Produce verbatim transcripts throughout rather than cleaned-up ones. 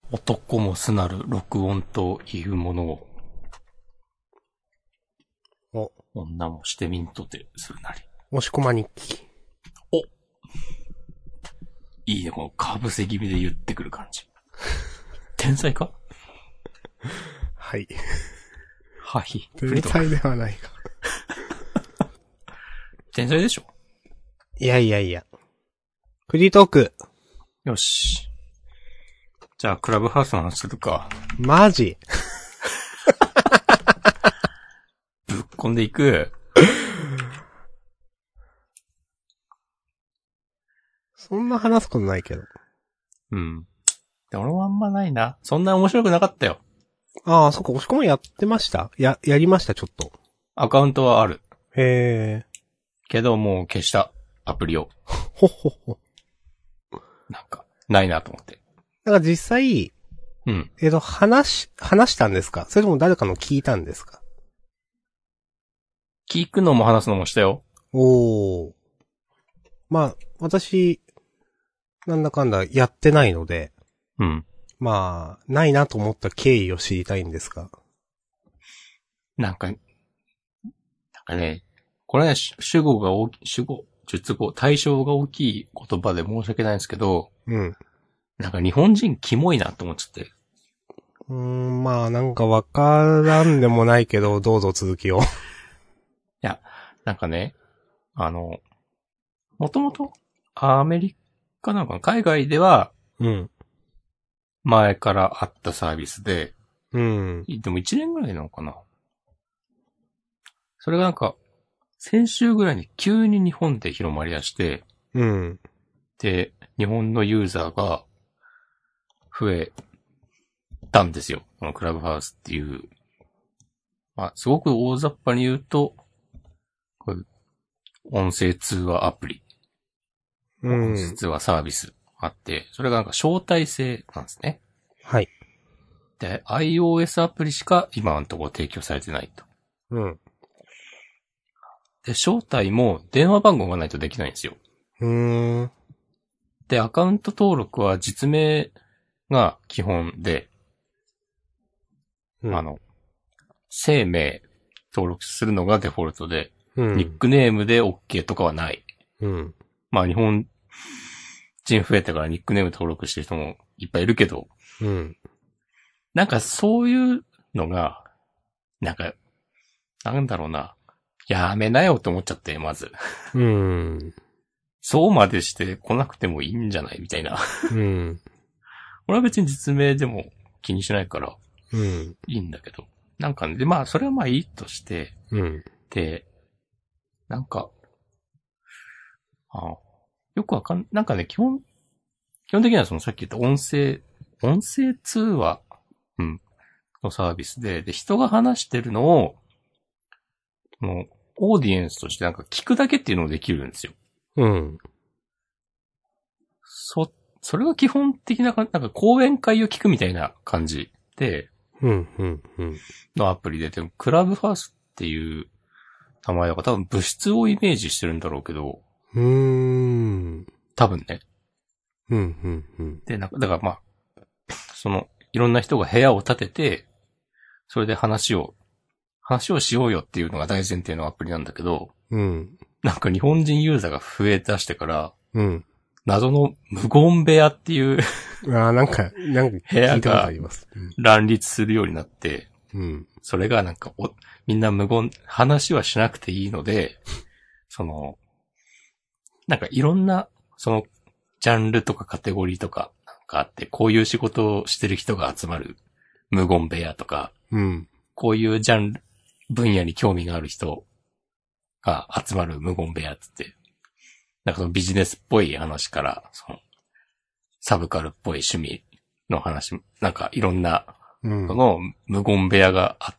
男もすなる録音というものを。 お、 女もしてみんとてするなり。 押し込ま日記。 おいいね、このかぶせ気味で言ってくる感じ。天才かはい。 はい。 天才ではないか。 天才でしょ。 いやいやいや。フリートーク。 よし。じゃあ、クラブハウスの話するか。 マジぶっこんでいく。 そんな話すことないけど。 うん。で俺もあんまないな。そんな面白くなかったよ。 ああ、そっか、押し込まやってましたや、やりました、ちょっと。 アカウントはある。 へえ。 けどもう消した。アプリを。 ほっほっほ。 なんか、ないなと思って。 なんか実際、 うん。 えっと、話、話したんですか？それとも誰かの聞いたんですか？ 聞くのも話すのもしたよ。 おー。まあ、私、なんだかんだやってないので、 うん。 まあ、ないなと思った経緯を知りたいんですが。 なんか、なんかね、これね、主主語が大きい、主語、述語、対象が大きい言葉で申し訳ないんですけど、 うん。 なんか日本人キモいなと思っちゃって。 うーん、まあ、なんかわからんでもないけど、どうぞ続きを。 いや、なんかね、あの、もともとアメリカなんかな海外ではうん。 前からあったサービスで、 うん。 でもいちねんぐらいなのかな。それがなんか、先週ぐらいに急に日本で広まりだして、 うん。 で、日本のユーザーが増えたんですよ。このクラブハウスっていう。まあ、すごく大雑把に言うと、こういう音声通話アプリ、 う音声ん。 通話サービスあって、それがなんか招待制なんですね。 はい。 で、iOS アプリしか今のところ提供されてないと。 うん。 で、招待も電話番号がないとできないんですよ。 うーん。 で、アカウント登録は実名が基本で、 うん、 あの、生命登録するのがデフォルトで、 うん、 ニックネームで OK とかはない。 うん。 まあ日本人増えたからニックネーム登録してる人もいっぱいいるけど、 うん。 なんかそういうのが、なんか、なんだろうな。やめなよと思っちゃって、まず。 うん。 そうまでして来なくてもいいんじゃないみたいな。 うん。 俺は別に実名でも気にしないから、 うん。 いいんだけど。なんかね、で、まあ、それはまあいいとして、 うん。 で、なんか、あよくわかん、なんかね、基本、基本的にはそのさっき言った音声、音声通話、うん、のサービスで、で、人が話してるのを、もう、オーディエンスとしてなんか聞くだけっていうのもできるんですよ。 うん。 そ、それが基本的なか、なんか講演会を聞くみたいな感じで、 うん。うん。うん。 のアプリで、でも、クラブハウスっていう名前だから多分物質をイメージしてるんだろうけど、 うーん。 多分ね。 うん。うん。うん。 で、なんか、だからまあ、その、いろんな人が部屋を建てて、それで話を、話をしようよっていうのが大前提のアプリなんだけど、 うん。 なんか日本人ユーザーが増え出してから、 うん。 謎の無言部屋っていうああ、なんか、なんか部屋聞いたことあがります。 乱立するようになって、 うん。 それがなんかお、みんな無言、話はしなくていいので、その、なんかいろんな、その、ジャンルとかカテゴリーとかなんかあって、こういう仕事をしてる人が集まる無言部屋とか、 うん。こういうジャンル、分野に興味がある人が集まる無言部屋っつって、なんかそのビジネスっぽい話から、その、サブカルっぽい趣味の話、なんかいろんな、 うん。 その無言部屋があって、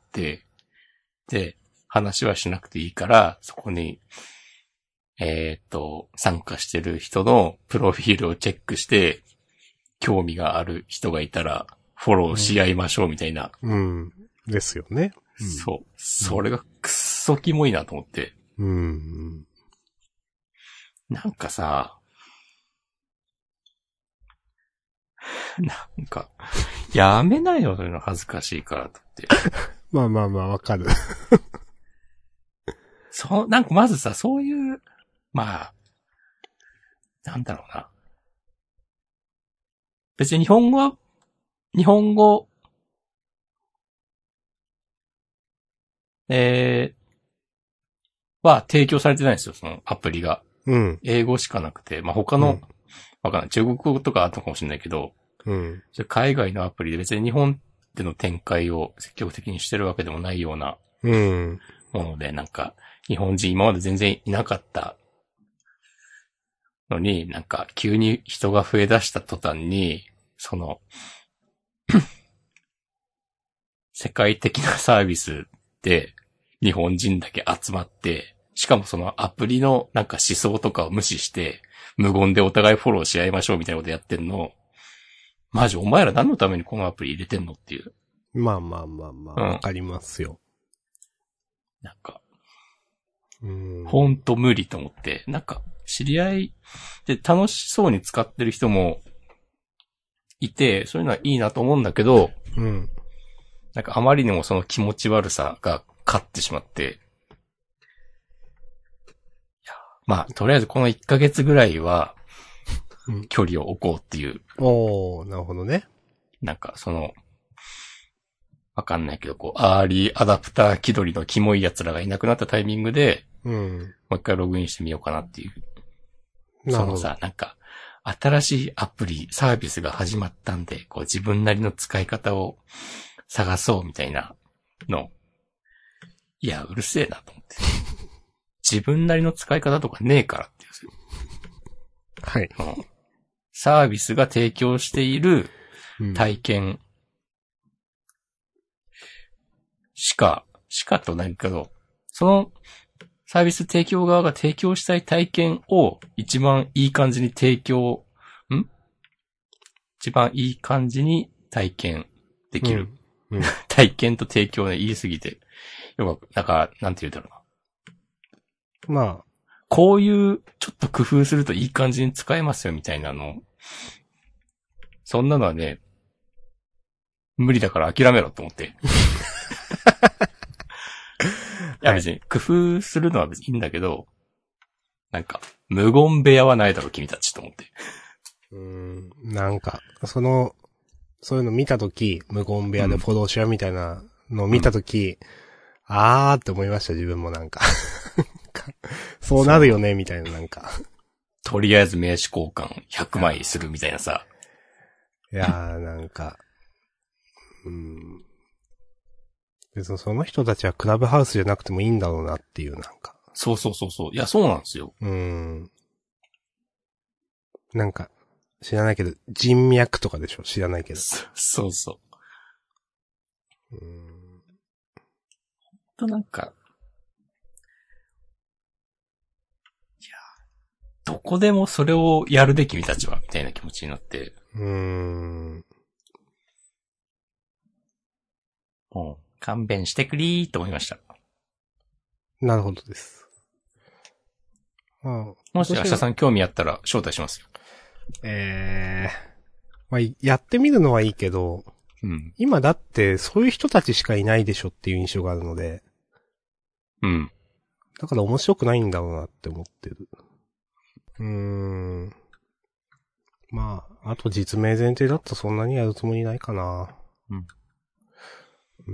で、話はしなくていいから、そこに、えっと、参加してる人のプロフィールをチェックして、興味がある人がいたら、フォローし合いましょうみたいな。 うん。ですよね。 うん、そう。それがくっそキモいなと思って。 うん。 なんかさ、なんか、 やめないよ、そういうの恥ずかしいからとって。 まあまあまあ、わかる。 そう、なんかまずさ、そういう、まあ、なんだろうな。別に日本語は、日本語、えー、は提供されてないんですよ、そのアプリが。 うん。 英語しかなくて、まあ他の、わ、うん、かんない。中国語とかあったかもしれないけど、 うん。 それ海外のアプリで別に日本での展開を積極的にしてるわけでもないような、 うん。 もので、なんか、日本人今まで全然いなかったのに、なんか、急に人が増え出した途端に、その、世界的なサービスで、日本人だけ集まって、しかもそのアプリのなんか思想とかを無視して、無言でお互いフォローし合いましょうみたいなことやってんの、マジお前ら何のためにこのアプリ入れてんのっていう。 まあまあまあまあ、わ、うん、かりますよ。 なんか、 うん。 ほんと無理と思って、なんか、知り合いで楽しそうに使ってる人もいて、そういうのはいいなと思うんだけど、 うん。 なんかあまりにもその気持ち悪さが勝ってしまって、いやまあ、とりあえずこのいっかげつぐらいは、距離を置こうっていう。 うん、おー、なるほどね。 なんかその、わかんないけど、こう、アーリーアダプター気取りのキモい奴らがいなくなったタイミングで、 うん。 もう一回ログインしてみようかなっていう。そのさ、なんか、新しいアプリ、サービスが始まったんで、こう自分なりの使い方を探そうみたいなの。いや、うるせえなと思って。自分なりの使い方とかねえからっていう。 はい。 うん、サービスが提供している体験しか、しかとないけど、そのサービス提供側が提供したい体験を一番いい感じに提供、ん一番いい感じに体験できる。うんうん、体験と提供ね、言い過ぎて。よく、なんか、なんて言うんだろうな。まあ。 こういう、ちょっと工夫するといい感じに使えますよ、みたいなの。そんなのはね、無理だから諦めろと思って。いや別に、工夫するのは別にいいんだけど、なんか、無言部屋はないだろ、君たちと思って。 うーん、なんか、その、そういうの見たとき、無言部屋でフォローしようみたいなのを見たとき、うん、あーって思いました、自分もなんか。そうなるよね、みたいな、なんか。 とりあえず名刺交換ひゃくまいするみたいなさ。 いやー、なんか、うーん。別にその人たちはクラブハウスじゃなくてもいいんだろうなっていう、なんか。 そうそうそうそう。いや、そうなんですよ。 うーん。なんか、知らないけど、人脈とかでしょ知らないけど。 そうそう。うーん。ほんとなんか、いや、どこでもそれをやるべき君たちは、みたいな気持ちになって。 うーん。 もう、勘弁してくりーと思いました。 なるほどです。 ああもし明日さん興味あったら招待しますよ。 ええー。まあ、やってみるのはいいけど、 うん、 今だってそういう人たちしかいないでしょっていう印象があるので。 うん。 だから面白くないんだろうなって思ってる。うーん。まあ、あと実名前提だとそんなにやるつもりないかな。 うん。 うん。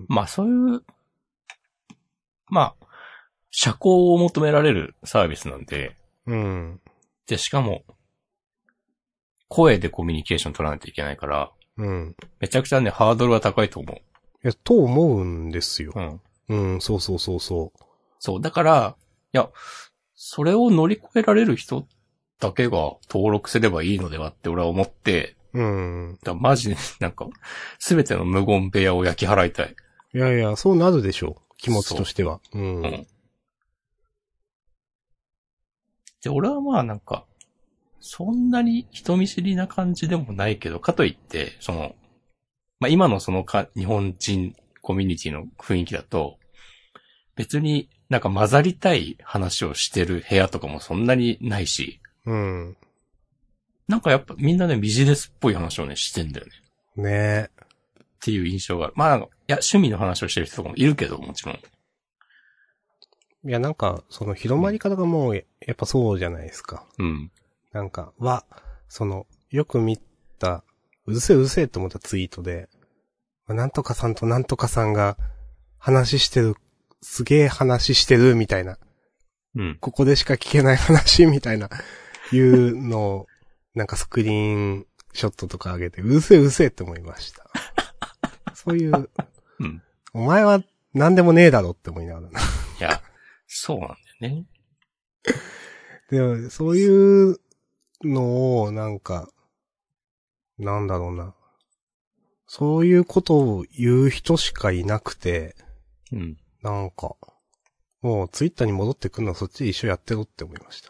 まあそういう、まあ、社交を求められるサービスなんで。 うん。 で、しかも、声でコミュニケーション取らないといけないから、 うん。 めちゃくちゃね、ハードルは高いと思う。いや、と思うんですよ。 うん。 うん、そうそうそうそう。 そう、だから、いや、それを乗り越えられる人だけが登録すればいいのではって俺は思って、 うん。 だマジで、なんか、すべての無言部屋を焼き払いたい。 いやいや、そうなるでしょう。気持ちとしては。う。うん。うん。 で、俺はまあなんか、そんなに人見知りな感じでもないけど、かといって、その、まあ今のそのか、日本人コミュニティの雰囲気だと、別になんか混ざりたい話をしてる部屋とかもそんなにないし、 うん。 なんかやっぱみんなね、ビジネスっぽい話をね、してんだよね。 ねえ。 っていう印象がある。まあ、いや、趣味の話をしてる人とかもいるけど、もちろん。 いや、なんか、その広まり方がもう、やっぱそうじゃないですか。 うん。 なんか、は、その、よく見た、うるせえうるせえと思ったツイートで、なんとかさんとなんとかさんが話してる、すげえ話してるみたいな。 うん。 ここでしか聞けない話みたいな、いうのを、なんかスクリーンショットとか上げて、うるせえうるせえって思いました。そういう、 うん。 お前は何でもねえだろって思いながらな。いや、そうなんだよね。 でも、そういうのを、なんか、なんだろうな。そういうことを言う人しかいなくて、 うん。 なんか、もうツイッターに戻ってくるのはそっちで一緒やってろって思いました。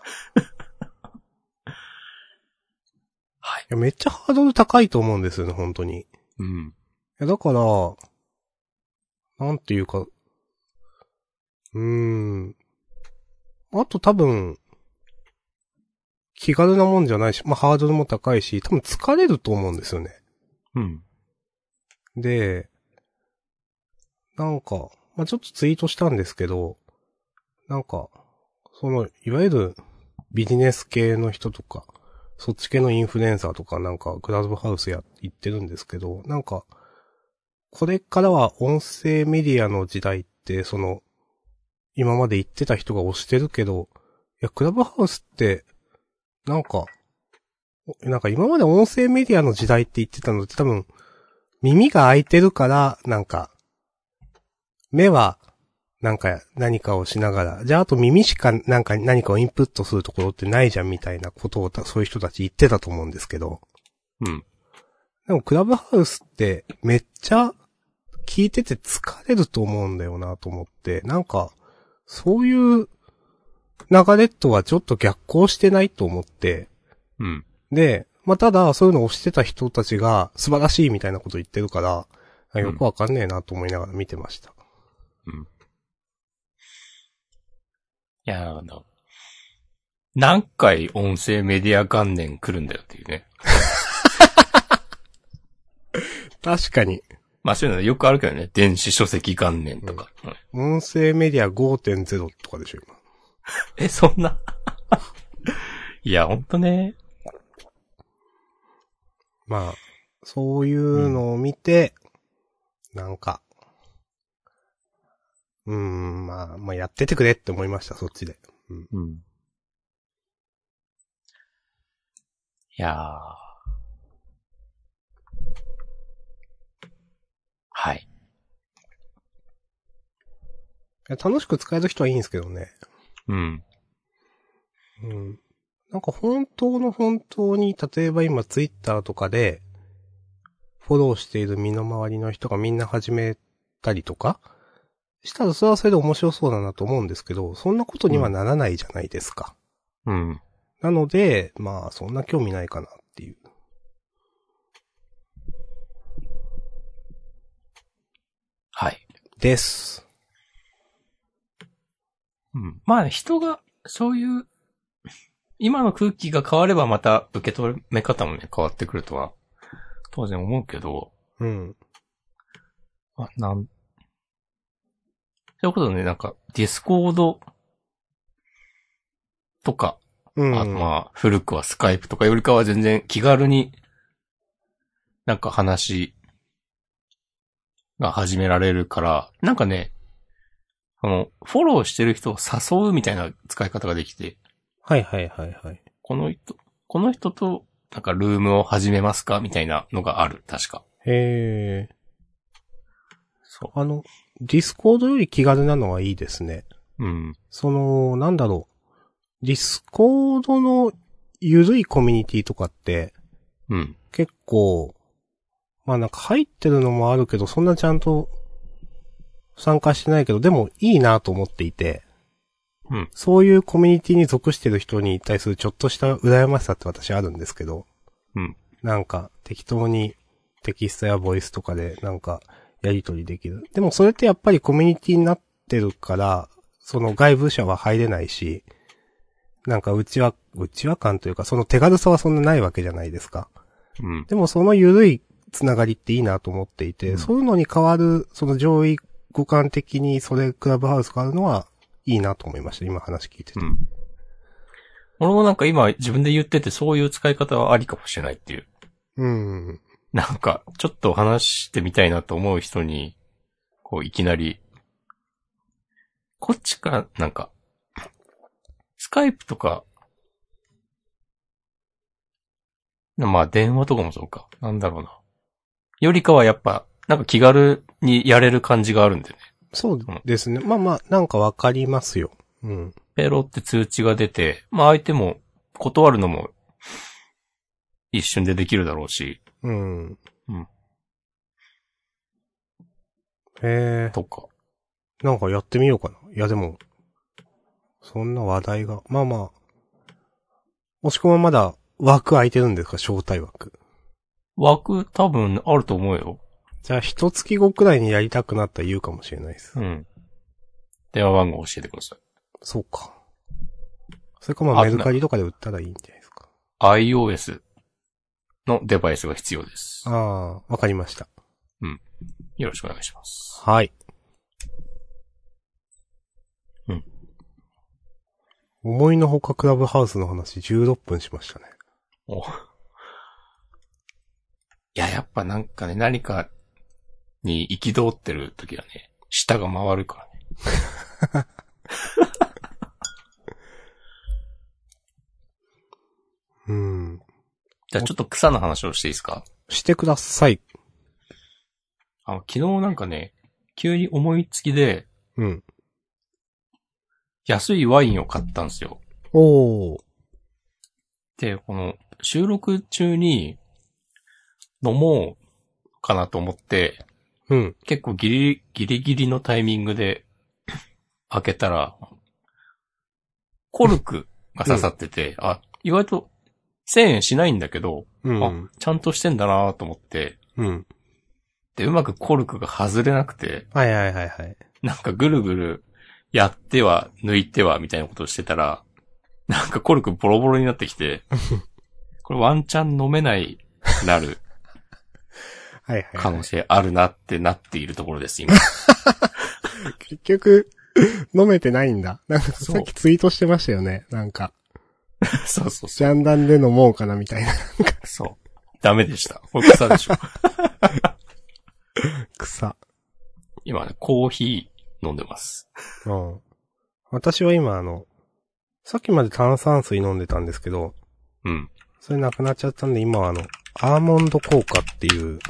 はい。 いや、めっちゃハードル高いと思うんですよね、本当に。いうん。 や、だから、なんていうか、うーん。あと多分、気軽なもんじゃないし、まあ、ハードルも高いし、多分疲れると思うんですよね。 うん。 で、なんか、まあ、ちょっとツイートしたんですけど、なんか、その、いわゆるビジネス系の人とか、そっち系のインフルエンサーとかなんか、クラブハウスや、言ってるんですけど、なんか、これからは音声メディアの時代って、その、今まで言ってた人が推してるけど、いや、クラブハウスって、なんか、なんか今まで音声メディアの時代って言ってたのって多分、耳が開いてるから、なんか、目は、なんか何かをしながら、じゃああと耳しかなんか何かをインプットするところってないじゃんみたいなことをそういう人たち言ってたと思うんですけど。 うん。 でもクラブハウスってめっちゃ聞いてて疲れると思うんだよなと思って、なんか、そういう流れとはちょっと逆行してないと思って、 うん。 で、まあ、ただそういうのをしてた人たちが素晴らしいみたいなこと言ってるから、よくわかんねえなと思いながら見てました。 うん。いや、あの、何回音声メディア元年来るんだよっていうね。 確かに。 まあそういうのよくあるけどね。電子書籍元年とか。 うん、音声メディア ごてんゼロ とかでしょ、今。 え、そんないや、ほんとね。 まあ、そういうのを見て、うん、なんか、うーん、まあ、まあやっててくれって思いました、そっちで。うん。 うん、いやー。はい。 楽しく使える人はいいんですけどね。 うん。 うん。なんか本当の本当に、例えば今ツイッターとかで、フォローしている身の回りの人がみんな始めたりとかしたらそれはそれで面白そうだなと思うんですけど、そんなことにはならないじゃないですか。 うん。 なので、まあそんな興味ないかなっていう。 はい。 です。 うん。まあ人が、そういう、今の空気が変わればまた受け止め方もね、変わってくるとは、当然思うけど。 うん。 あ、なん、そういうことね、なんか、ディスコードとか、 うん。 あまあ、古くはスカイプとかよりかは全然気軽に、なんか話が始められるから、なんかね、あの、フォローしてる人を誘うみたいな使い方ができて、 はいはいはいはい。 この人、この人と、なんかルームを始めますかみたいなのがある、確か。 へー。 そう。 あの、ディスコードより気軽なのはいいですね。 うん。 その、なんだろう。ディスコードのゆるいコミュニティとかって、 うん。 結構、まあなんか入ってるのもあるけど、そんなちゃんと参加してないけど、でもいいなと思っていて、 うん。 そういうコミュニティに属してる人に対するちょっとした羨ましさって私あるんですけど、 うん。 なんか適当にテキストやボイスとかでなんかやり取りできる。でもそれってやっぱりコミュニティになってるから、その外部者は入れないし、なんかうちは、うちは感というか、その手軽さはそんなないわけじゃないですか。 うん。 でもその緩いつながりっていいなと思っていて、 うん、 そういうのに変わる、その上位互換的にそれクラブハウスがあるのはいいなと思いました。今話聞いてて。うん。 俺もなんか今自分で言っててそういう使い方はありかもしれないっていう。 うん。 なんか、ちょっと話してみたいなと思う人に、こういきなり、こっちから、なんか、スカイプとか、まあ電話とかもそうか。なんだろうな。よりかはやっぱ、なんか気軽にやれる感じがあるんでね。 そうですね。うん、まあまあ、なんかわかりますよ。うん。 ペロって通知が出て、まあ相手も断るのも一瞬でできるだろうし。 うん。 うん。 へえ。 とか。 なんかやってみようかな。いやでも、そんな話題が。まあまあ。もしくはまだ枠空いてるんですか、招待枠。 枠多分あると思うよ。 じゃあ一月後くらいにやりたくなったら言うかもしれないです。 うん。電話番号教えてください。 そうか。それかまあメルカリとかで売ったらいいんじゃないですか。 iOS のデバイスが必要です。 ああ、わかりました。 うん。よろしくお願いします。 はい。 うん。 思いのほかクラブハウスの話じゅうろっぷんしましたね。 お。いや、やっぱなんかね、何かに憤ってる時はね、舌が回るからね。 うん。 じゃあちょっと草の話をしていいですか？ してください。 あの、昨日なんかね、急に思いつきで、 うん。 安いワインを買ったんですよ。 おー。 で、この収録中に飲もうかなと思って、 うん。 結構ギリ、ギリギリのタイミングで開けたら、コルクが刺さってて、うん、あ、意外とせんえんしないんだけど、うん、あ、ちゃんとしてんだなと思って、 うん。 で、うまくコルクが外れなくて、 はいはいはいはい。 なんかぐるぐるやっては抜いてはみたいなことをしてたら、なんかコルクボロボロになってきて、これワンチャン飲めないなるはいはい。 可能性あるなってなっているところです、今。 結局、飲めてないんだ。なんかさっきツイートしてましたよね。なんか。 そうそうそう。 ジャンダンで飲もうかなみたいな。 そう。ダメでした。これ草でしょ。 草。 今ね、コーヒー飲んでます。 うん。私は今あの、さっきまで炭酸水飲んでたんですけど、 うん。 それなくなっちゃったんで、今はあの、アーモンド効果っていう、なんか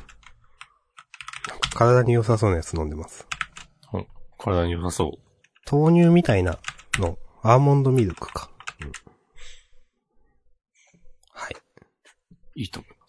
体に良さそうなやつ飲んでます。 うん。体に良さそう。 豆乳みたいなの、アーモンドミルクか。うん。はい。 いいと思います。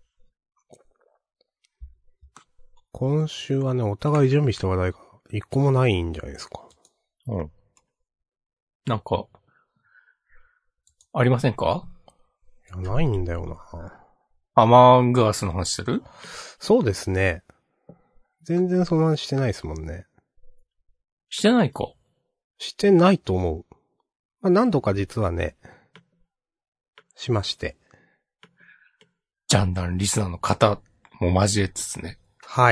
今週はね、お互い準備した話題が一個もないんじゃないですか。 うん。なんか、ありませんか？ いや、ないんだよな。 アマングアスの話する？ そうですね。全然そんな話してないですもんね。 してないか？ してないと思う。まあ、何度か実はね、しまして。 ジャンダンリスナーの方も交えつつね。 はい。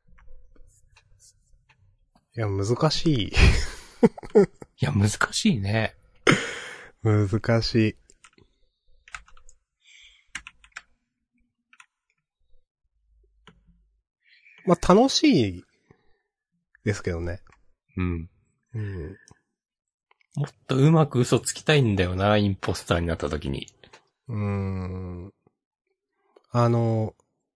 いや、難しい。 いや、難しいね。 難しい。まあ、楽しいですけどね。 うん。 うん。 もっとうまく嘘つきたいんだよな、インポスターになった時に。 うーん。あの、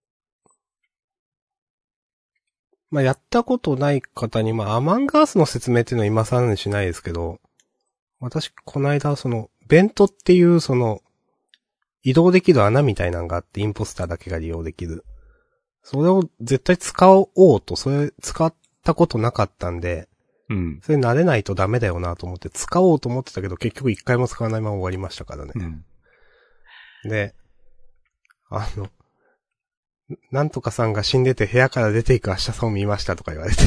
まあ、やったことない方に、まあ、アマンガースの説明っていうのは今更にしないですけど、私、この間、その、ベントっていう、その、移動できる穴みたいなのがあって、インポスターだけが利用できる。それを絶対使おうと、それ使ったことなかったんで、 うん。 それ慣れないとダメだよなと思って使おうと思ってたけど、結局一回も使わないまま終わりましたからね。 うん。 で、あの、なんとかさんが死んでて部屋から出ていく明日さんを見ましたとか言われて。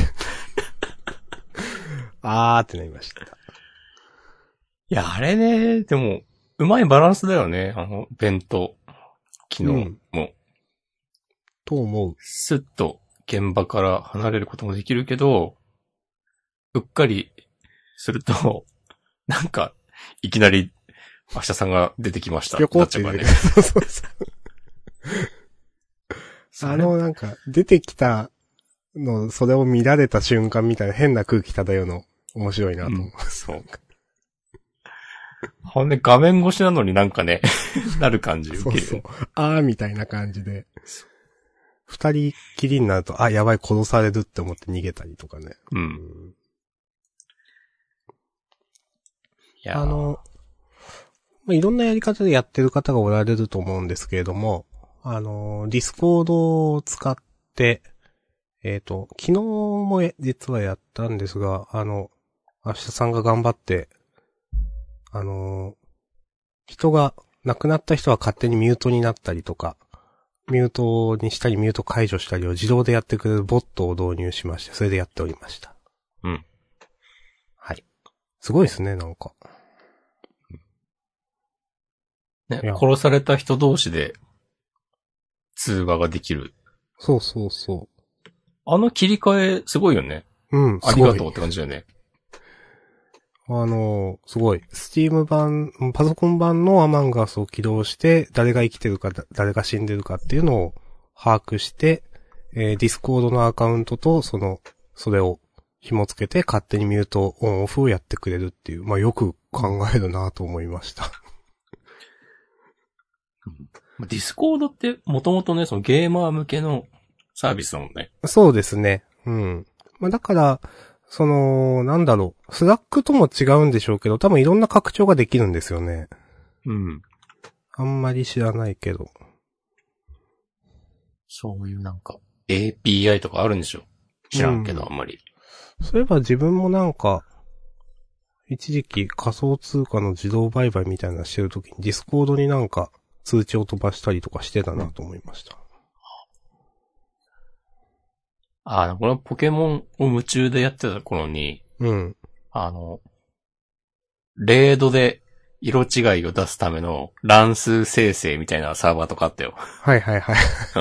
あーってなりました。いや、あれね、でも、うまいバランスだよね。あの、弁当。昨日も。うん、 と思う。 スッと現場から離れることもできるけど、うっかりすると、なんか、いきなり、明日さんが出てきました。 ぴょこってなっちゃうからね。 そうそうそう。あの、なんか、出てきたの、それを見られた瞬間みたいな変な空気漂うの、面白いなと思う。 うん、そう。ほんで、画面越しなのになんかね、なる感じ受ける。 そうそう。あーみたいな感じで。二人きりになると、あ、やばい、殺されるって思って逃げたりとかね。 うん。 うん、 いやあの、まあ、いろんなやり方でやってる方がおられると思うんですけれども、あの、ディスコードを使って、えっと、昨日も実はやったんですが、あの、明日さんが頑張って、あの、人が、亡くなった人は勝手にミュートになったりとか、ミュートにしたりミュート解除したりを自動でやってくれるボットを導入しまして、それでやっておりました。 うん。 はい。すごいですね、なんか。 ね、殺された人同士で通話ができる。 そうそうそう。 あの切り替えすごいよね。 うん、 ありがとうって感じだよね。 あの、すごい。スチーム版、パソコン版のアマンガスを起動して、誰が生きてるか、誰が死んでるかっていうのを把握して、えー、ディスコードのアカウントと、その、それを紐付けて勝手にミュート、オンオフをやってくれるっていう、まあよく考えるなと思いました。 ディスコードってもともとね、そのゲーマー向けのサービスだもんね。 そうですね。うん。まあだから、その、なんだろう。スラックとも違うんでしょうけど、多分いろんな拡張ができるんですよね。 うん。 あんまり知らないけど。 そういうなんか、エーピーアイ とかあるんでしょ？知らんけど、うん、あんまり。 そういえば自分もなんか、一時期仮想通貨の自動売買みたいなのしてるときにディスコードになんか通知を飛ばしたりとかしてたなと思いました。 ああ、このポケモンを夢中でやってた頃に、 うん。あの、レードで色違いを出すための乱数生成みたいなサーバーとかあったよ。 はいはいはい。 うん。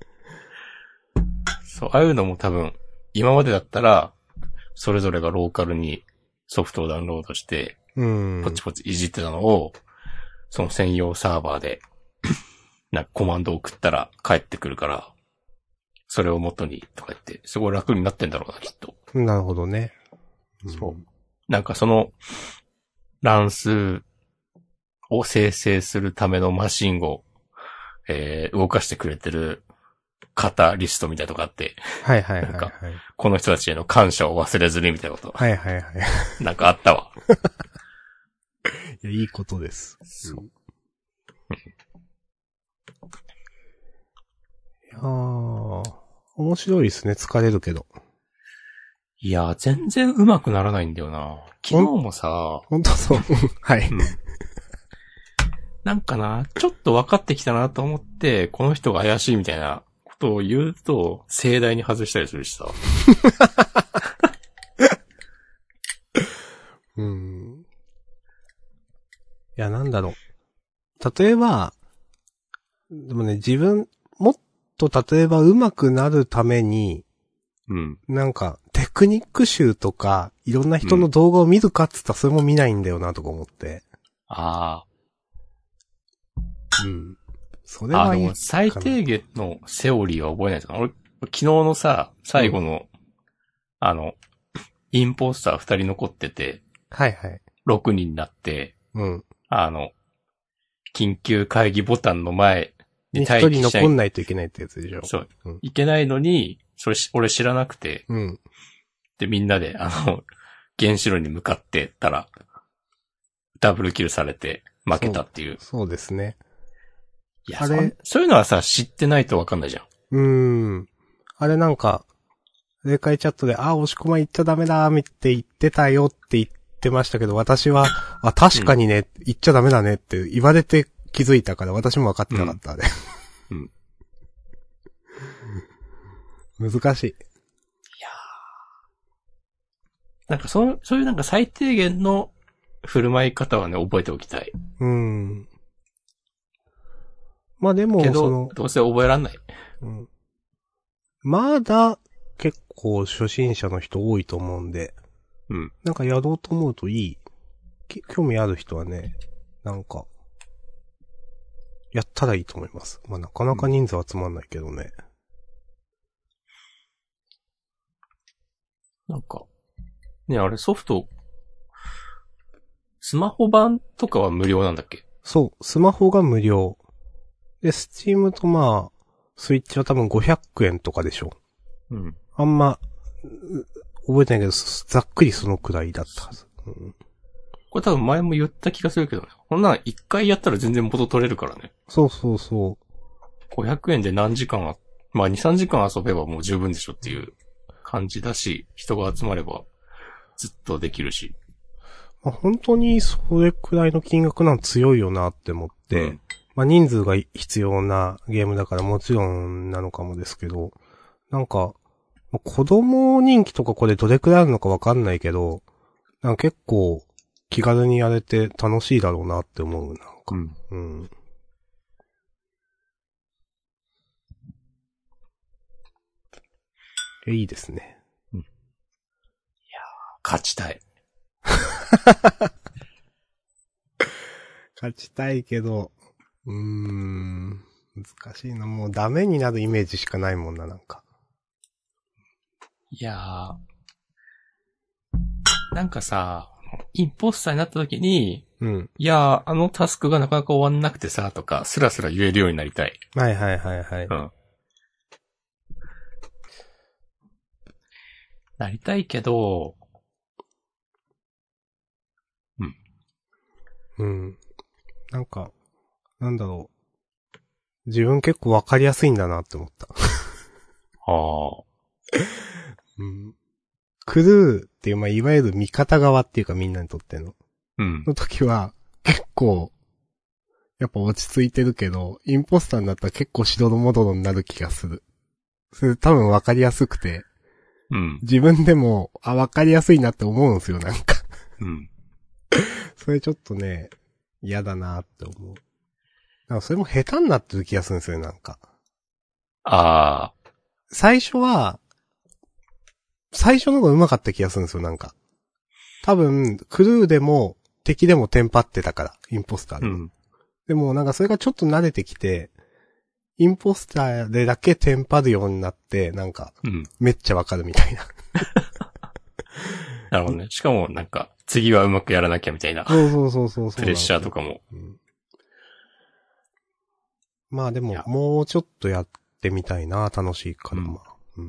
そう、ああいうのも多分、今までだったら、それぞれがローカルにソフトをダウンロードして、 うん。 ポチポチいじってたのを、その専用サーバーで、なんかコマンドを送ったら帰ってくるから、それを元にとか言って、すごい楽になってんだろうな、きっと。 なるほどね。 そう。なんかその、乱数を生成するためのマシンを、えー、動かしてくれてる型リストみたいなとこあって。 はいはいはい、はい。 なんか、この人たちへの感謝を忘れずにみたいなこと。 はいはいはい。 なんかあったわ。 いや、いいことです。 そう。 いやー、面白いですね。疲れるけど。 いやー、全然上手くならないんだよな。昨日もさ、 ほんとそう。はい、 うん。なんかな、ちょっと分かってきたなと思って、この人が怪しいみたいなことを言うと、盛大に外したりするしさ。 うん。いや、なんだろう。例えば、でもね、自分、もっと例えば上手くなるために、 うん。 なんか、テクニック集とか、いろんな人の動画を見るかっつったらそれも見ないんだよなとか思って。 ああ。 うん。それはいい。 あ、でも最低限のセオリーは覚えないですか？俺、昨日のさ、最後の、うん、あの、インポスター二人残ってて、 はいはい。 六人になって、 うん。 あの、緊急会議ボタンの前に一人残んないといけないってやつでしょ。 そう。うん、いけないのに、それ俺知らなくて、 うん。 で、みんなで、あの、原子炉に向かってたら、ダブルキルされて負けたっていう。 そう、そうですね。 いや、あれそ、そういうのはさ、知ってないとわかんないじゃん。 うーん。あれなんか、霊界チャットで、あ、押し込ま言っちゃダメだ、って言ってたよって言ってましたけど、私は、あ、確かにね、うん、言っちゃダメだねって言われて気づいたから、私も分かってなかった、あれ。 うん。 難しい。いやー。なんかそう、そういうなんか最低限の振る舞い方はね、覚えておきたい。 うん。まあでも、 けどその、 どうせ覚えらんない。 うん。 まだ結構初心者の人多いと思うんで、 うん。 なんかやろうと思うといい。き興味ある人はね、なんか、やったらいいと思います。まあなかなか人数集まんないけどね。 なんか、ね、あれソフト、スマホ版とかは無料なんだっけ？ そう、スマホが無料。で、スチームとまあ、スイッチは多分ごひゃくえんとかでしょ。 うん。 あんま、覚えてないけど、ざっくりそのくらいだったはず。うん、 これ多分前も言った気がするけどね。こんなん一回やったら全然元取れるからね。 そうそうそう。 ごひゃくえんで何時間あ、まあに、さんじかん遊べばもう十分でしょっていう感じだし、人が集まればずっとできるし。 まあ、本当にそれくらいの金額なん強いよなって思って、うん、まあ人数が必要なゲームだからもちろんなのかもですけど、なんか、子供人気とかこれどれくらいあるのかわかんないけど、なんか結構気軽にやれて楽しいだろうなって思う、なんか。うん。うん。いいですね。 うん。いやー、勝ちたい。 勝ちたいけど、うーん、難しいな。もうダメになるイメージしかないもんな、なんか。 いやー、なんかさ、インポスターになった時に、 うん。 いやー、あのタスクがなかなか終わんなくてさ、とか、スラスラ言えるようになりたい。 はいはいはいはい。 うん。なりたいけど、うん。 うん。なんか、なんだろう。自分結構わかりやすいんだなって思った。 ああ。 うん。クルーっていう、まあ、いわゆる味方側っていうかみんなにとっての。 うん。 の時は、結構、やっぱ落ち着いてるけど、インポスターになったら結構しどろもどろになる気がする。それ多分わかりやすくて、 うん。 自分でも、あ、わかりやすいなって思うんですよ、なんか。 うん。 それちょっとね、嫌だなって思う。なんかそれも下手になってる気がするんですよ、なんか。 ああ。 最初は、最初の方が上手かった気がするんですよ、なんか。多分、クルーでも、敵でもテンパってたから、インポスターでも。うん、でもなんかそれがちょっと慣れてきて、インポスターでだけテンパるようになって、なんか、めっちゃわかるみたいな。 なるほどね。しかもなんか、次はうまくやらなきゃみたいな。 そうそうそうそうそう。 プレッシャーとかも。 うん、まあでも、もうちょっとやってみたいな、楽しいから、まあ。うん、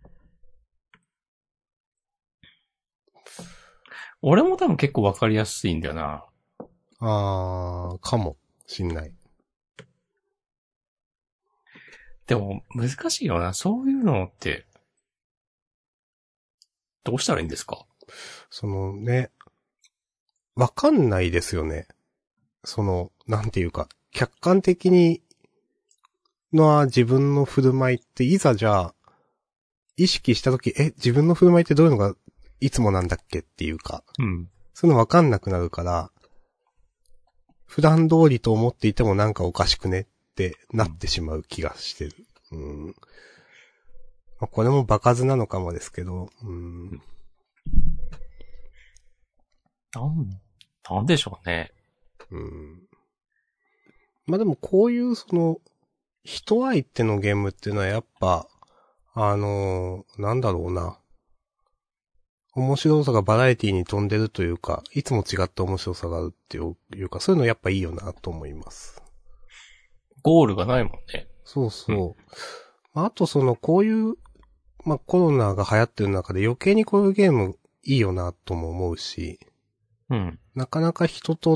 俺も多分結構わかりやすいんだよな。 あー、かもしんない。 でも、難しいよな。そういうのって、どうしたらいいんですか？ そのね、わかんないですよね。その、なんていうか、客観的にの自分の振る舞いっていざじゃあ、意識したとき、え、自分の振る舞いってどういうのがいつもなんだっけっていうか、 うん。 そういうのわかんなくなるから、普段通りと思っていてもなんかおかしくねってなってしまう気がしてる。うん。まあ、これも場数なのかもですけど、うん。 なん、なんでしょうね。 うん。まあでもこういうその、人相手のゲームっていうのはやっぱ、あのー、なんだろうな。面白さがバラエティに富んでるというか、いつも違った面白さがあるっていうか、そういうのやっぱいいよなと思います。 ゴールがないもんね。 そうそう。うん、まあ、あとその、こういう、まあコロナが流行ってる中で余計にこういうゲームいいよなとも思うし、 うん。 なかなか人とって、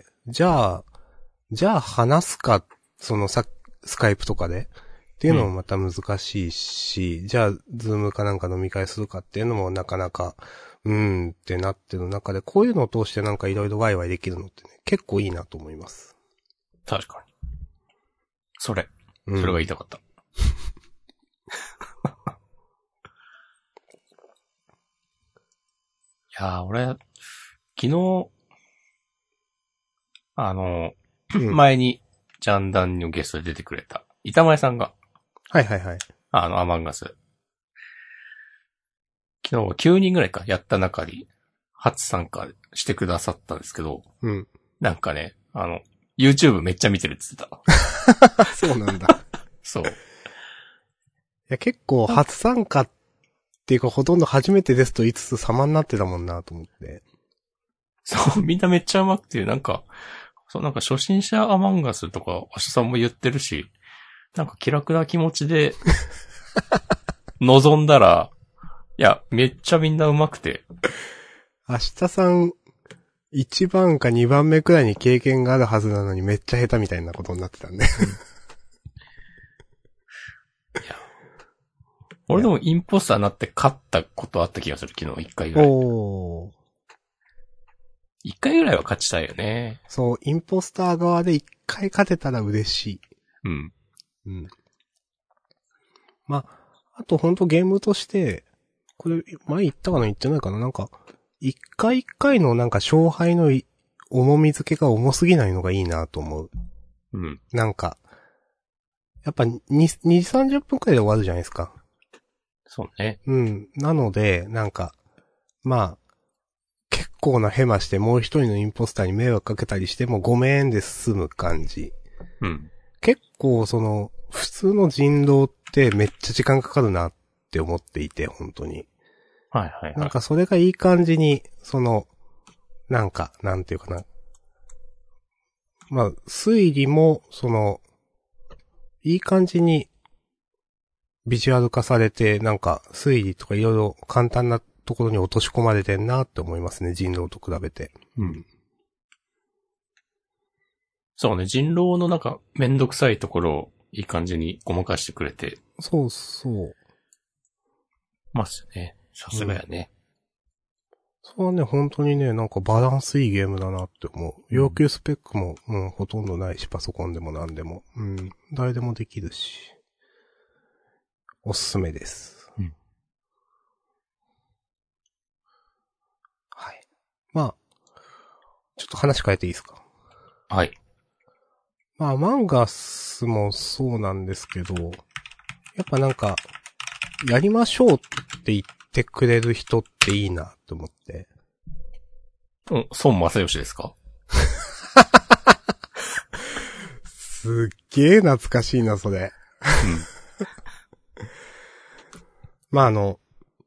じゃあ、じゃあ話すか、そのさ、スカイプとかでっていうのもまた難しいし、うん、じゃあ、ズームかなんか飲み会するかっていうのもなかなか、うーんってなってる中で、こういうのを通してなんかいろいろワイワイできるのってね、結構いいなと思います。 確かに。それ。それが言いたかった。うん、いやー、俺、昨日、あの、うん、前に、ジャンダンのゲストで出てくれた、板前さんが。 はいはいはい。 あの、アマンガス。昨日きゅうにんぐらいか、やった中に、初参加してくださったんですけど、 うん。 なんかね、あの、YouTube めっちゃ見てるって言ってた。 そうなんだ。 そう。 いや、結構初参加っていうかほとんど初めてですと言いつつ様になってたもんなと思って。 そう、みんなめっちゃ上手くて、なんか、そう、なんか初心者アマンガスとか、明日さんも言ってるし、なんか気楽な気持ちで、望んだら、いや、めっちゃみんな上手くて。 明日さん、いちばんかにばんめくらいに経験があるはずなのにめっちゃ下手みたいなことになってたんで。いや、俺でもインポスターになって勝ったことあった気がする、昨日一回ぐらい。 おー。 一回ぐらいは勝ちたいよね。 そう、インポスター側で一回勝てたら嬉しい。 うん。 うん。まあ、あとほんとゲームとして、これ、前言ったかな言ってないかななんか、一回一回のなんか勝敗の重み付けが重すぎないのがいいなと思う。 うん。 なんか、やっぱに、に、さんじゅっぷんくらいで終わるじゃないですか。 そうね。 うん。なので、なんか、まあ、結構なヘマしてもう一人のインポスターに迷惑かけたりしてもごめんで済む感じ。 うん。 結構その、普通の人狼ってめっちゃ時間かかるなって思っていて、本当に。 はいはいはい。 なんかそれがいい感じに、その、なんか、なんていうかな。まあ、推理も、その、いい感じに、ビジュアル化されて、なんか、推理とかいろいろ簡単なところに落とし込まれてんなって思いますね、人狼と比べて。 うん。そうね、人狼のなんか、めんどくさいところをいい感じにごまかしてくれて。 そうそう。 ますね。さすがやね。 うん、そうね、本当にね、なんかバランスいいゲームだなって思う。要求スペックも、うん、ほとんどないし、パソコンでも何でも。うん、誰でもできるし。おすすめです。 うん。 はい。まあ、ちょっと話変えていいですか？ はい。 まあ、マンガスもそうなんですけど、やっぱなんか、やりましょうって言ってくれる人っていいなって思って。 うん、孫正義ですか？ すっげえ懐かしいな、それ。うん。まあ、あの、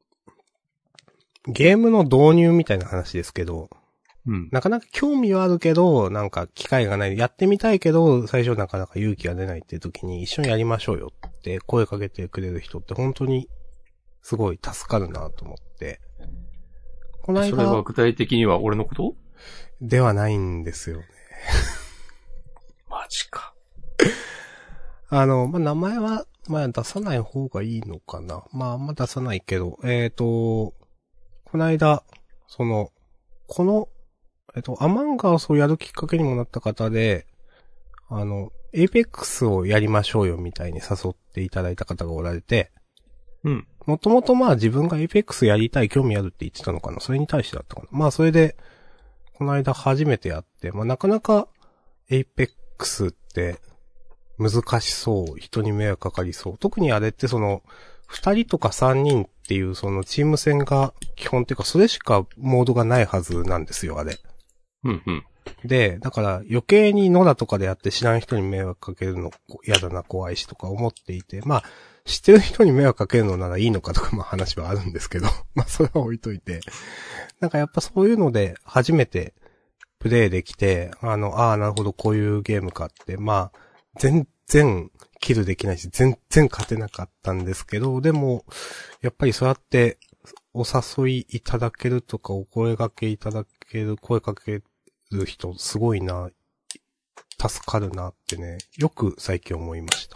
ゲームの導入みたいな話ですけど、 うん。 なかなか興味はあるけど、なんか機会がない。やってみたいけど、最初なかなか勇気が出ないっていう時に一緒にやりましょうよって声かけてくれる人って本当にすごい助かるなと思って。この間。 それは具体的には俺のことではないんですよね。 マジか。 あの、まあ、名前は、まあ、出さない方がいいのかな。まあ、あんま出さないけど、えっと、この間、その、この、えっと、アマンガースをやるきっかけにもなった方で、あの、エイペックスをやりましょうよみたいに誘っていただいた方がおられて、 うん。 もともとまあ自分がエイペックスやりたい、興味あるって言ってたのかな。それに対してだったかな。まあそれで、この間初めてやって、まあなかなかエイペックスって難しそう、人に迷惑かかりそう。特にあれってその、二人とか三人っていうそのチーム戦が基本っていうかそれしかモードがないはずなんですよ、あれ。 うんうん。 で、だから余計に野良とかでやって知らん人に迷惑かけるの嫌だな、怖いしとか思っていて、まあ、知ってる人に迷惑かけるのならいいのかとかまあ話はあるんですけど、まあそれは置いといて。なんかやっぱそういうので初めてプレイできて、あの、ああ、なるほどこういうゲームかって、まあ、全然キルできないし、全然勝てなかったんですけど、でも、やっぱりそうやってお誘いいただけるとかお声掛けいただける、声かける人すごいな、助かるなってね、よく最近思いました。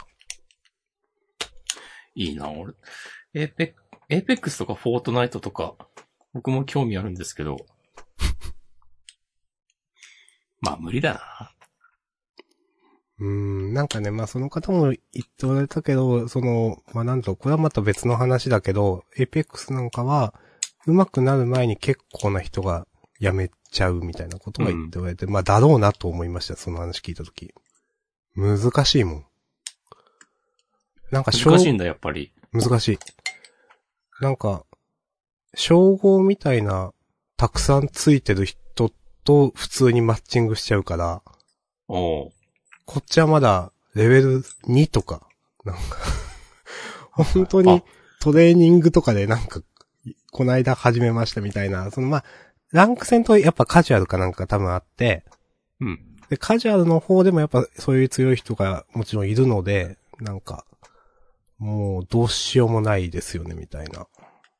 いいな、俺。エーペック、エーペックスとかフォートナイトとか、僕も興味あるんですけど。まあ無理だな。 うーん、なんかね、まあその方も言っておられたけど、その、まあなんと、これはまた別の話だけど、エーペックスなんかは、上手くなる前に結構な人が辞めちゃうみたいなことが言っておられて、うん、まあだろうなと思いました、その話聞いたとき。難しいもん。なんか難しいんだ、やっぱり。 難しい。なんか、称号みたいな、たくさんついてる人と普通にマッチングしちゃうから、 おう。 こっちはまだレベルにとか、なんか本当にトレーニングとかでなんか、こないだ始めましたみたいな、そのまあ、ランク戦とやっぱカジュアルかなんか多分あって、 うん。 で、カジュアルの方でもやっぱそういう強い人がもちろんいるので、なんか、もうどうしようもないですよね、みたいな。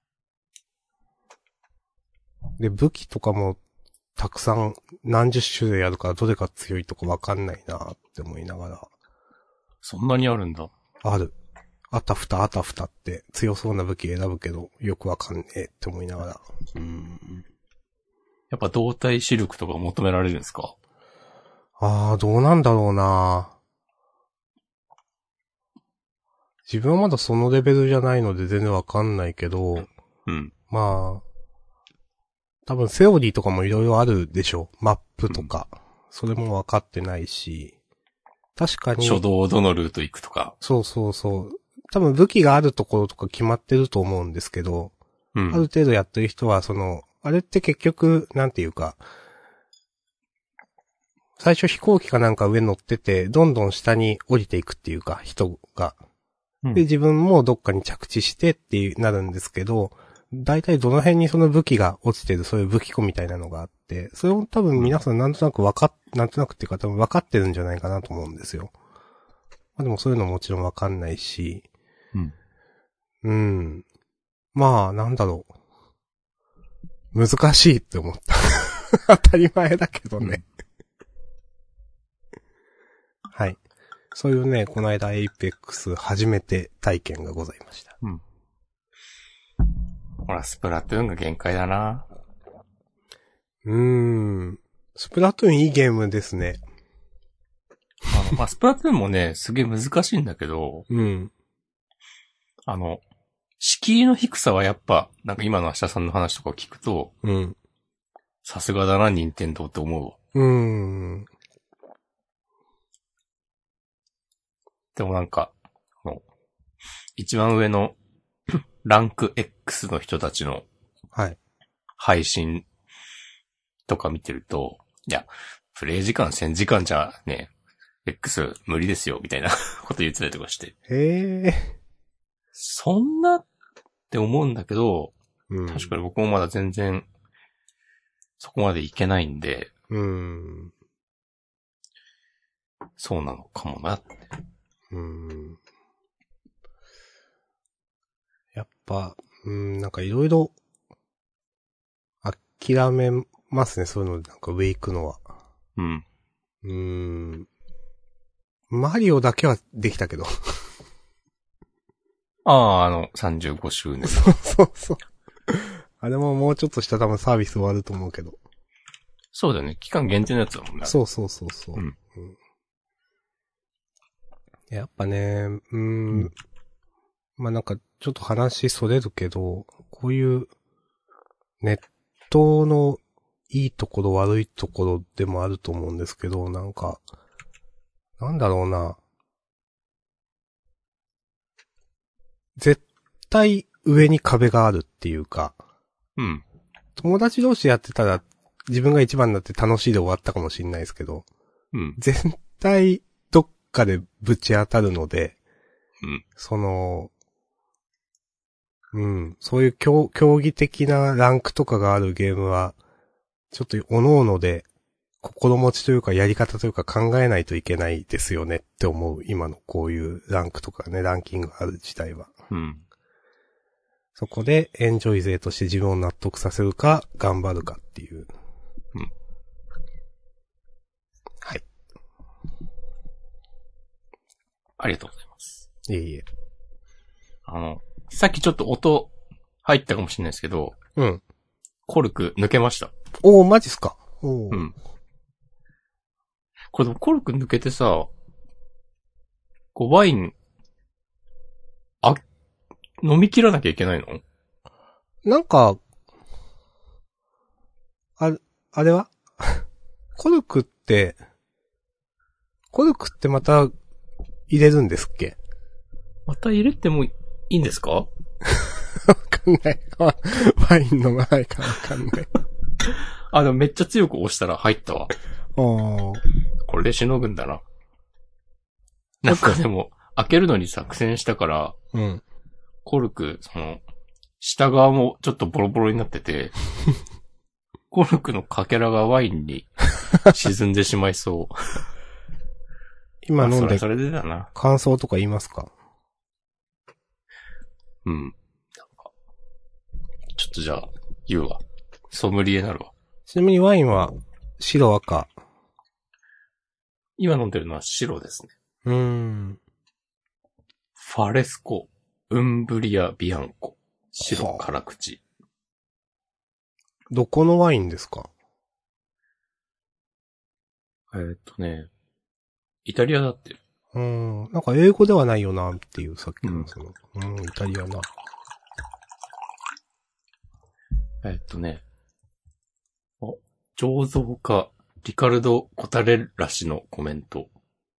で、武器とかもたくさん何十種類あるからどれが強いとかわかんないなって思いながら。 そんなにあるんだ。 ある。あたふたあたふたって強そうな武器選ぶけどよくわかんねえって思いながら。 うん。やっぱ動体視力とか求められるんですか？ あー、どうなんだろうな。自分はまだそのレベルじゃないので全然わかんないけど、 うん。 まあ、多分セオリーとかもいろいろあるでしょ。マップとか。うん、それもわかってないし。確かに。 初動どのルート行くとか。 そうそうそう。多分武器があるところとか決まってると思うんですけど、うん、ある程度やってる人はその、あれって結局、なんていうか、最初飛行機かなんか上乗ってて、どんどん下に降りていくっていうか、人が。で、自分もどっかに着地してってなるんですけど、大体どの辺にその武器が落ちてる、そういう武器庫みたいなのがあって、それを多分皆さんなんとなくわかっ、なんとなくっていうか多分分かってるんじゃないかなと思うんですよ。まあでもそういうのもちろんわかんないし、 うん。 うん。まあ、なんだろう。難しいって思った。当たり前だけどね。はい。そういうね、この間エイペックス初めて体験がございました。 うん。ほら、スプラトゥーンが限界だな。 うーん。スプラトゥーンいいゲームですね。 あの、まあ、スプラトゥーンもね、すげえ難しいんだけど、 うん。 あの、敷居の低さはやっぱ、なんか今の明日さんの話とかを聞くと、 うん。 さすがだな、任天堂って思う。うーん。 でもなんか、の一番上のランク X の人たちの配信とか見てると、はい、いや、プレイ時間せんじかんじゃね、X 無理ですよ、みたいなこと言ってたりとかして。 へー。 そんなって思うんだけど、 うん、 確かに僕もまだ全然、そこまでいけないんで、 うん。 そうなのかもなって。 うん。やっぱ、うん、なんかいろいろ、諦めますね、そういうのなんか上行くのは。 うん。 うーん。マリオだけはできたけど。 ああ、あの、さんじゅうごしゅうねん。 そうそうそう。あれももうちょっとした多分サービス終わると思うけど。 そうだよね。期間限定のやつだもんね。 そうそうそうそう。うん。うん、やっぱね、うーん。うん、まあ、なんかちょっと話それるけど、こういうネットのいいところ悪いところでもあると思うんですけど、なんか、なんだろうな。絶対上に壁があるっていうか。 うん。 友達同士やってたら自分が一番になって楽しいで終わったかもしれないですけど。 うん。 絶対どっかでぶち当たるので。 うん。 その、うん。そういう競競技的なランクとかがあるゲームは、ちょっと各々で心持ちというかやり方というか考えないといけないですよねって思う。今のこういうランクとかね、ランキングがある自体は。 うん。 そこでエンジョイ勢として自分を納得させるか、頑張るかっていう。 うん。 はい。 ありがとうございます。 いえいえ。 あの、さっきちょっと音入ったかもしれないですけど。 うん。 コルク抜けました。 おー、マジっすか。おー。 うん。これでもコルク抜けてさ、こうワイン、あ、飲み切らなきゃいけないの？ なんか、あ、あれはコルクって、コルクってまた入れるんですっけ？ また入れてもいいんですか？ わかんない。ワイン飲まないからわかんない。 あ、でもめっちゃ強く押したら入ったわ。 おー。 これでしのぐんだな。なんかでも、開けるのに作戦したから、 うん。 コルク、その、下側もちょっとボロボロになってて、コルクのかけらがワインに沈んでしまいそう。 今飲んで、 それそれでだな。 感想とか言いますか？ うん。なんか、ちょっとじゃあ、言うわ。ソムリエなるわ。 ちなみにワインは、白赤。 今飲んでるのは白ですね。 うーん。 ファレスコ、ウンブリア・ビアンコ。白辛口。 どこのワインですか？ えーっとね、イタリアだって。 うーん。なんか英語ではないよなっていう、さっきうんのその。うん、イタリアな。 えーっとね、お、醸造家、リカルド・コタレッラ氏のコメント。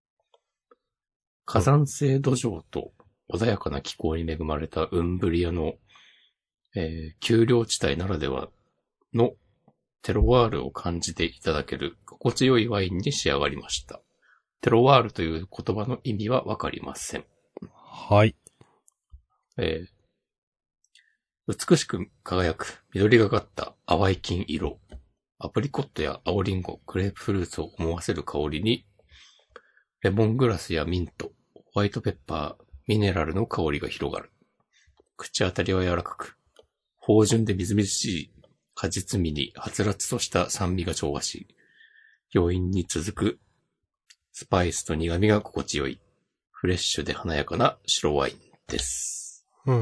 火山性土壌と穏やかな気候に恵まれたウンブリアの、えー、丘陵地帯ならではのテロワールを感じていただける心地よいワインに仕上がりました。テロワールという言葉の意味はわかりません。 はい。 えー、美しく輝く緑がかった淡い金色。アプリコットや青リンゴ、グレープフルーツを思わせる香りに、レモングラスやミント、ホワイトペッパー、ミネラルの香りが広がる。口当たりは柔らかく、芳醇でみずみずしい果実味にはつらつとした酸味が調和し、余韻に続くスパイスと苦味が心地よい、フレッシュで華やかな白ワインです。 うん。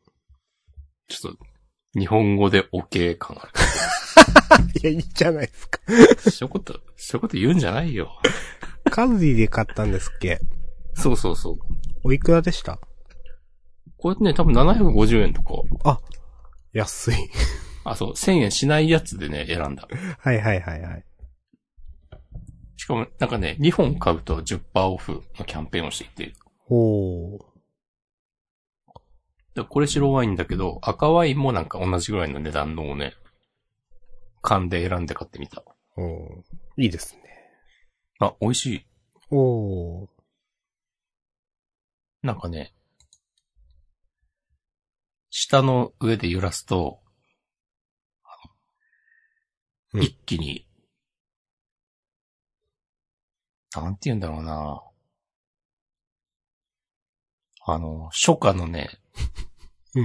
ちょっと、日本語で OK 感ある。 いや、いいじゃないですか。 そういうこと、そういうこと言うんじゃないよ。 カルディで買ったんですっけ？ そうそうそう。 おいくらでした？ これね、多分ななひゃくごじゅうえんとか。 あ、安い。 あ、そう、せんえんしないやつでね、選んだ。 はいはいはいはい。 しかも、なんかね、にほん買うと じゅっパーセント オフのキャンペーンをしていて。 ほー。 でこれ白ワインだけど、赤ワインもなんか同じぐらいの値段のをね、缶で選んで買ってみた。 おー。いいですね。 あ、美味しい。 おー。 なんかね、舌の上で揺らすと、 うん、 一気に、なんて言うんだろうな。あの、初夏のね、 うん。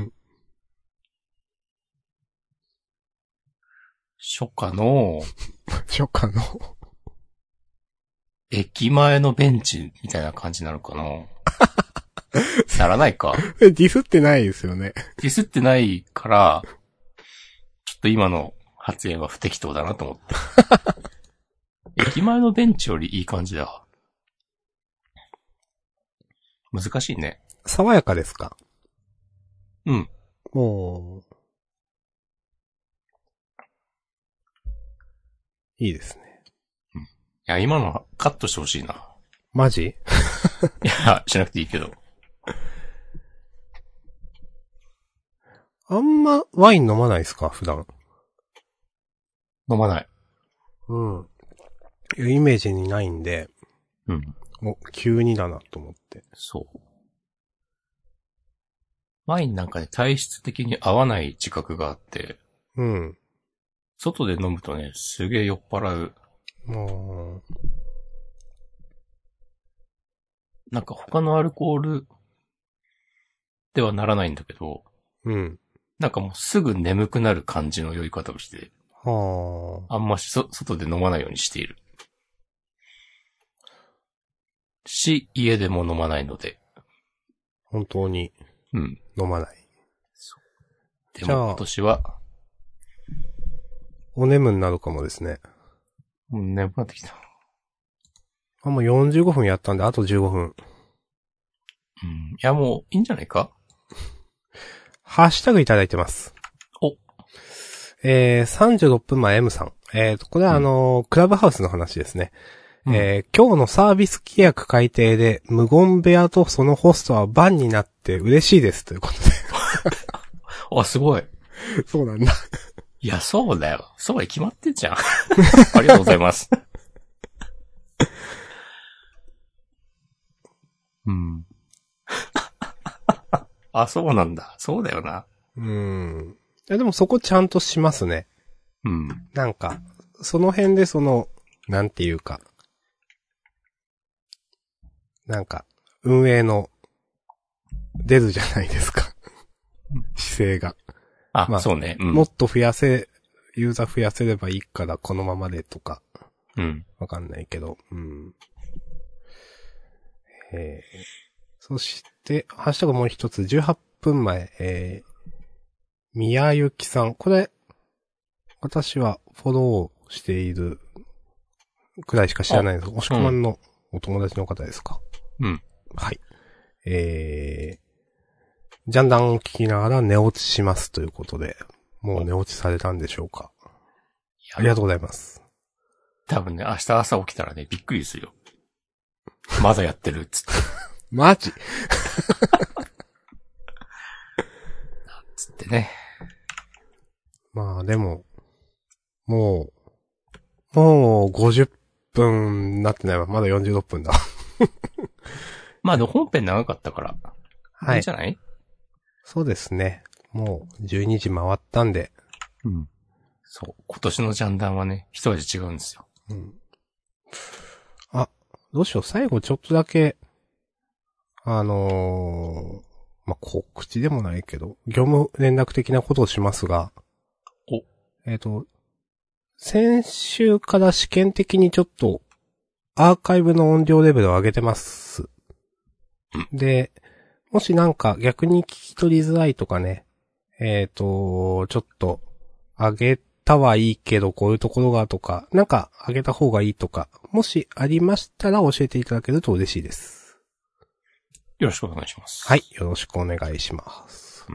初夏の、 初夏の駅前のベンチみたいな感じになるかな。ならないか。 ディスってないですよね。 ディスってないから、ちょっと今の発言は不適当だなと思って。駅前のベンチよりいい感じだ。難しいね。 爽やかですか？ うん。 おー。いいですね。 うん。いや、今のカットしてほしいな。 マジ？ いや、しなくていいけど。 あんまワイン飲まないですか普段。 飲まない。 うん。いうイメージにないんで。 うん。 お、急にだなと思って。 そう。ワインなんかね、体質的に合わない自覚があって。 うん。 外で飲むとね、すげえ酔っ払う。 もう。 なんか他のアルコールではならないんだけど。 うん。 なんかもうすぐ眠くなる感じの酔い方をして、 はあ。 あんましそ外で飲まないようにしている。し、家でも飲まないので。 本当に。 うん。 飲まない。 そうでも今年は、 お眠になるかもですね。 もう眠くなってきた。 あ、もうよんじゅうごふんやったんで、あとじゅうごふん。 うん。いや、もういいんじゃないか？ ハッシュタグいただいてます。 お。 えー、さんじゅうろっぷんまえ M さん。えーと、これはあのーうん、クラブハウスの話ですね。 えー、今日のサービス規約改定で、無言部屋とそのホストはバンになって嬉しいですということで。 あ、すごい。 そうなんだ。 いや、そうだよ。そうに決まってんじゃん。ありがとうございます。うん。あ、そうなんだ。そうだよな。 うーん。いや、でもそこちゃんとしますね。 うん。 なんか、その辺でその、なんていうか、なんか、運営の、出るじゃないですか。姿勢が。 あ、 まあ、 そうね。うん。 もっと増やせ、ユーザー増やせればいいからこのままでとか。 うん。 わかんないけど。うん。えー、そして、ハッシュタグもう一つ、じゅうはっぷんまえ、えー、宮ゆきさん。これ、私はフォローしているくらいしか知らないです。押し込まんのお友達の方ですか。 うん。 はい。えー、ジャンダンを聞きながら寝落ちしますということで、もう寝落ちされたんでしょうか。ありがとうございます。 多分ね、明日朝起きたらね、びっくりするよ。まだやってるっつって。 マジつってね。 まあでも、もう、もうごじゅっぷんなってないわ。まだよんじゅうろっぷんだ。 まあでも本編長かったから。 はい。 いいんじゃない？ そうですね。もうじゅうにじ回ったんで。 うん。そう。今年のジャンダンはね、一味違うんですよ。 うん。あ、どうしよう。最後ちょっとだけ、あのー、まあ、告知でもないけど、業務連絡的なことをしますが。 お。 えっと、先週から試験的にちょっと、アーカイブの音量レベルを上げてます。で、もしなんか逆に聞き取りづらいとかね、えっと、ちょっと、上げたはいいけど、こういうところがとか、なんか上げた方がいいとか、もしありましたら教えていただけると嬉しいです。 よろしくお願いします。 はい、よろしくお願いします。うん、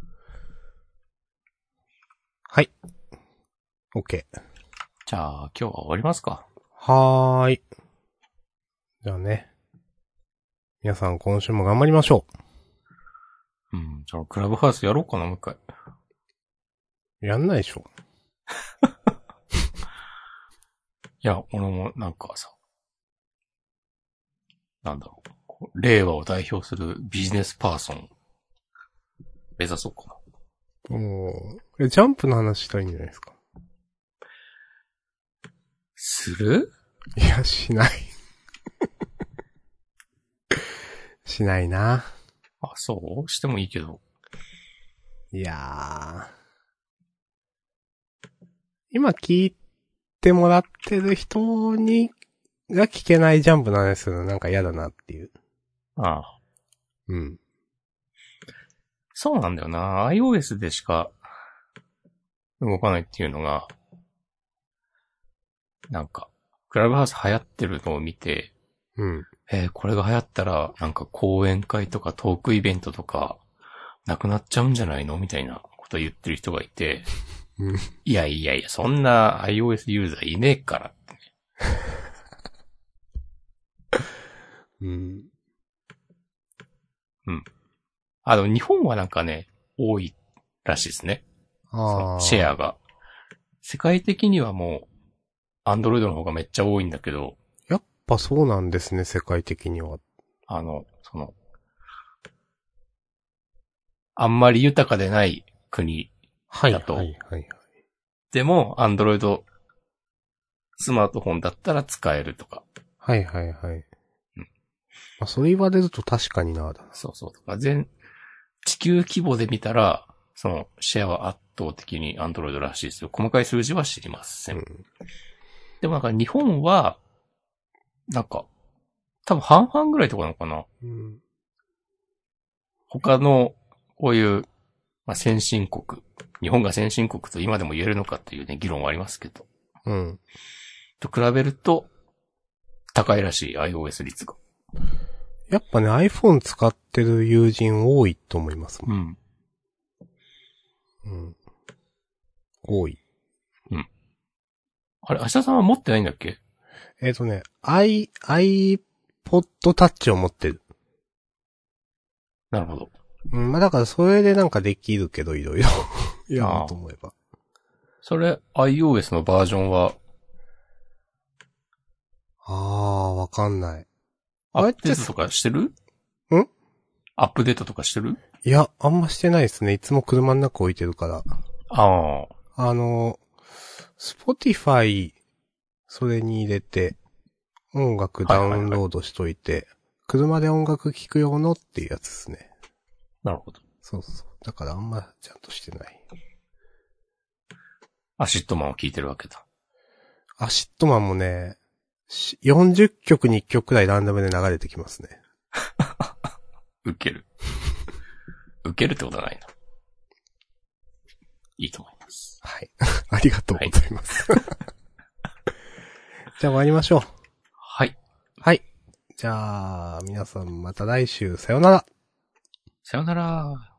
はい。OK。 じゃあ、今日は終わりますか。 はーい。じゃあね。皆さん今週も頑張りましょう。うん。じゃあ、クラブハウスやろうかな、もう一回。 やんないでしょ。 いや、俺もなんかさ、なんだろう。令和を代表するビジネスパーソン、目指そうかな。 もう、え、ジャンプの話したいんじゃないですか。 する？ いや、しない。しないな。 あ、そうしてもいいけど。 いやー。今聞いてもらってる人に、が聞けないジャンプなんですけど、なんか嫌だなっていう。 ああ。 うん。 そうなんだよな。iOS でしか動かないっていうのが、なんか、クラブハウス流行ってるのを見て、 うん。 えー、これが流行ったら、なんか講演会とかトークイベントとか、なくなっちゃうんじゃないのみたいなこと言ってる人がいて、 うん。 いやいやいや、そんな iOS ユーザーいねえからって。 うん。 うん。あの、日本はなんかね、多いらしいですね。 ああ。 シェアが。世界的にはもう、Android の方がめっちゃ多いんだけど。 やっぱそうなんですね、世界的には。 あの、その、あんまり豊かでない国だと。 はい、はい、はい。 でも、Android スマートフォンだったら使えるとか。 はい、はい、はい。うん。 まあ、それ言われると確かにな、だな。 そうそうとか。全、地球規模で見たら、その、シェアは圧倒的に Android らしいですよ。細かい数字は知りません。うん、でもなんか日本は、なんか、多分半々ぐらいとかなのかな。うん、他の、こういう、まあ、先進国。日本が先進国と今でも言えるのかっていうね、議論はありますけど。 うん。 と比べると、高いらしい iOS 率が。 やっぱね、iPhone 使ってる友人多いと思いますもん。うん。うん。多い。 うん。あれ、明日さんは持ってないんだっけ？ えっ、とね、i、iPod Touch を持ってる。 なるほど。 うん、まあだからそれでなんかできるけど、いろいろ。やろうと思えば。 それ、iOS のバージョンは、 あー、わかんない。 アップデートとかしてる？んアップデートとかしてる？ いや、あんましてないですね。いつも車の中置いてるから。 ああ。 あの、Spotify、それに入れて、音楽ダウンロードしといて、はいはいはい、車で音楽聴く用のっていうやつですね。 なるほど。 そうそう。だからあんまちゃんとしてない。 アシットマンを聴いてるわけだ。 アシットマンもね、よんじゅっきょくにいっきょくくらいランダムで流れてきますね。 ウケる。ウケるってことはないな。いいと思います。 はい。ありがとうございます。はい、じゃあ終わりましょう。 はい。 はい。じゃあ、皆さんまた来週、さよなら。 さよなら。